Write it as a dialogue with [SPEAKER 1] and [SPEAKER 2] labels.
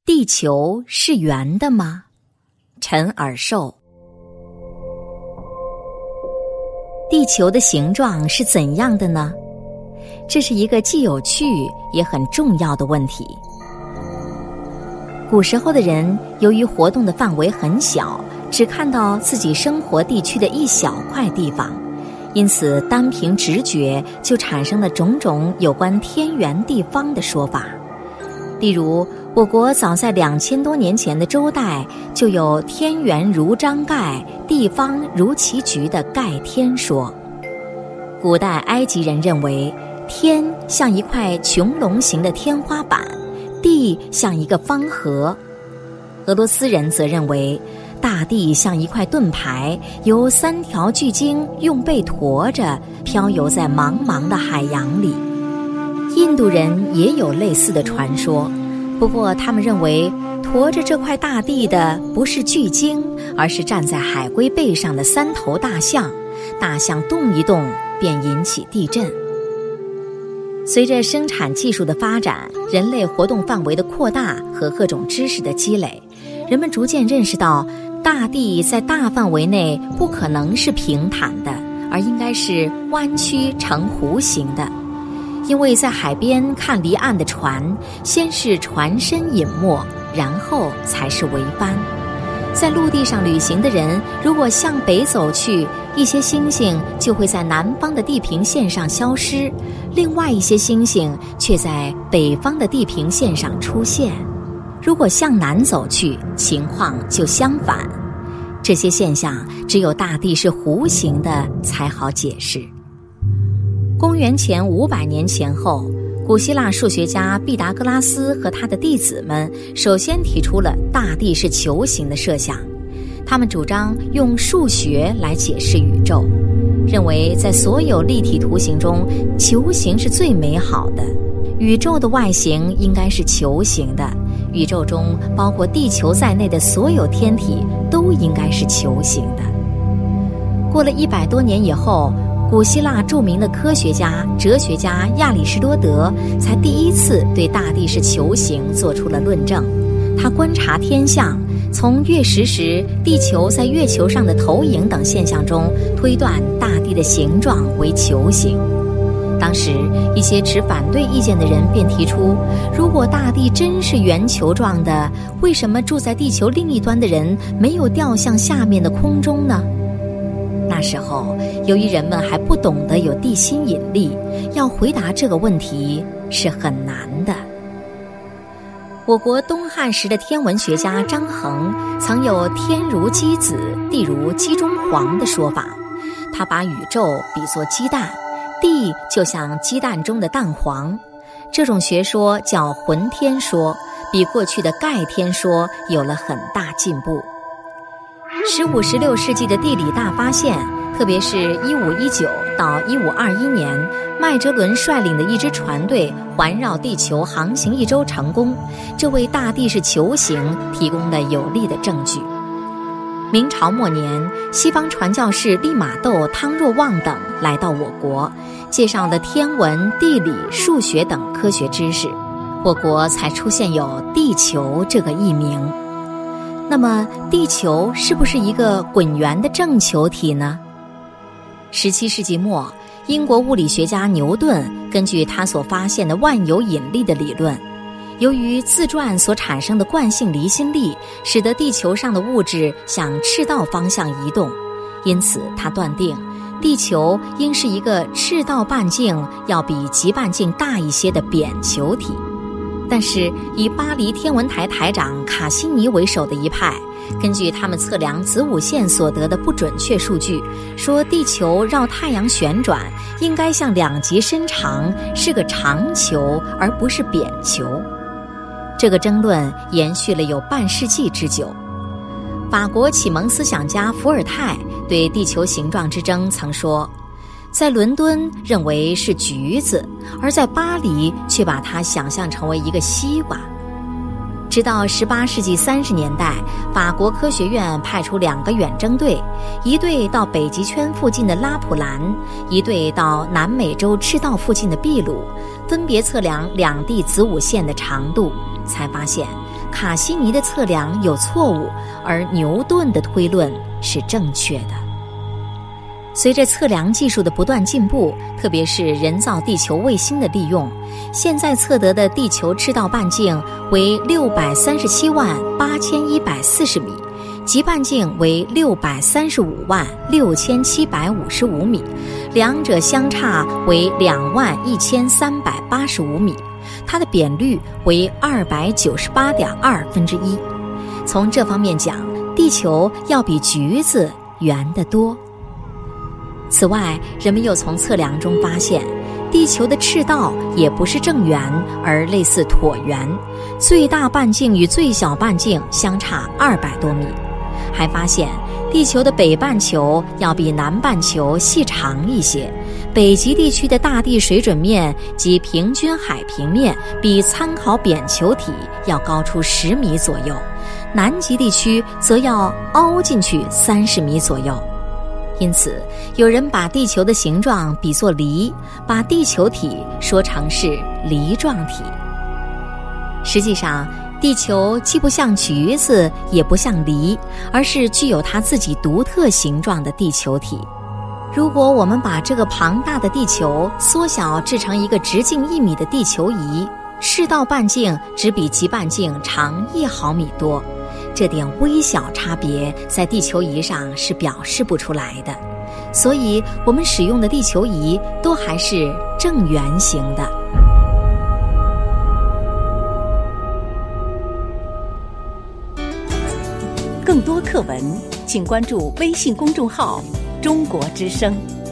[SPEAKER 1] 地球是圆的吗？陈耳寿。地球的形状是怎样的呢？这是一个既有趣也很重要的问题。古时候的人由于活动的范围很小，只看到自己生活地区的一小块地方，因此单凭直觉就产生了种种有关天圆地方的说法。例如，我国早在2000多年前的周代就有天圆如章盖，地方如棋局的盖天说。古代埃及人认为天像一块穹隆形的天花板，地像一个方盒。俄罗斯人则认为大地像一块盾牌，由3条巨鲸用背驮着漂游在茫茫的海洋里。印度人也有类似的传说，不过他们认为驮着这块大地的不是巨鲸，而是站在海龟背上的3头大象，大象动一动便引起地震。随着生产技术的发展，人类活动范围的扩大和各种知识的积累，人们逐渐认识到大地在大范围内不可能是平坦的，而应该是弯曲成弧形的。因为在海边看离岸的船，先是船身隐没，然后才是桅帆。在陆地上旅行的人，如果向北走去，一些星星就会在南方的地平线上消失，另外一些星星却在北方的地平线上出现。如果向南走去，情况就相反。这些现象只有大地是弧形的才好解释。公元前500年前后，古希腊数学家毕达哥拉斯和他的弟子们首先提出了大地是球形的设想。他们主张用数学来解释宇宙，认为在所有立体图形中，球形是最美好的。宇宙的外形应该是球形的，宇宙中包括地球在内的所有天体都应该是球形的。过了100多年以后，古希腊著名的科学家、哲学家亚里士多德才第一次对大地是球形做出了论证。他观察天象，从月食时地球在月球上的投影等现象中推断大地的形状为球形。当时一些持反对意见的人便提出，如果大地真是圆球状的，为什么住在地球另一端的人没有掉向下面的空中呢？那时候由于人们还不懂得有地心引力，要回答这个问题是很难的。我国东汉时的天文学家张衡曾有天如鸡子，地如鸡中黄的说法。他把宇宙比作鸡蛋，地就像鸡蛋中的蛋黄。这种学说叫浑天说，比过去的盖天说有了很大进步。15、16世纪的地理大发现，特别是1519到1521年，麦哲伦率领的一支船队环绕地球航行1周成功，这为大地是球形提供了有力的证据。明朝末年，西方传教士利玛窦、汤若望等来到我国，介绍了天文、地理、数学等科学知识，我国才出现有地球这个译名。那么地球是不是一个滚圆的正球体呢？17世纪末，英国物理学家牛顿根据他所发现的万有引力的理论，由于自转所产生的惯性离心力，使得地球上的物质向赤道方向移动，因此他断定地球应是一个赤道半径要比极半径大一些的扁球体。但是以巴黎天文台台长卡西尼为首的一派，根据他们测量子午线所得的不准确数据，说地球绕太阳旋转应该向2极伸长，是个长球而不是扁球。这个争论延续了有半世纪之久。法国启蒙思想家伏尔泰对地球形状之争曾说，在伦敦认为是橘子，而在巴黎却把它想象成为一个西瓜。直到18世纪30年代，法国科学院派出2个远征队，一队到北极圈附近的拉普兰，一队到南美洲赤道附近的秘鲁，分别测量两地子午线的长度，才发现卡西尼的测量有错误，而牛顿的推论是正确的。随着测量技术的不断进步，特别是人造地球卫星的利用，现在测得的地球赤道半径为6378140米，极半径为6356755米，两者相差为21385米，它的扁率为298.2%。从这方面讲，地球要比橘子圆得多。此外，人们又从测量中发现，地球的赤道也不是正圆，而类似椭圆，最大半径与最小半径相差200多米。还发现地球的北半球要比南半球细长一些，北极地区的大地水准面及平均海平面比参考扁球体要高出10米左右，南极地区则要凹进去30米左右。因此，有人把地球的形状比作梨，把地球体说成是梨状体。实际上，地球既不像橘子，也不像梨，而是具有它自己独特形状的地球体。如果我们把这个庞大的地球缩小制成一个直径1米的地球仪，赤道半径只比极半径长1毫米多，这点微小差别在地球仪上是表示不出来的，所以我们使用的地球仪都还是正圆形的。
[SPEAKER 2] 更多课文，请关注微信公众号“中国之声”。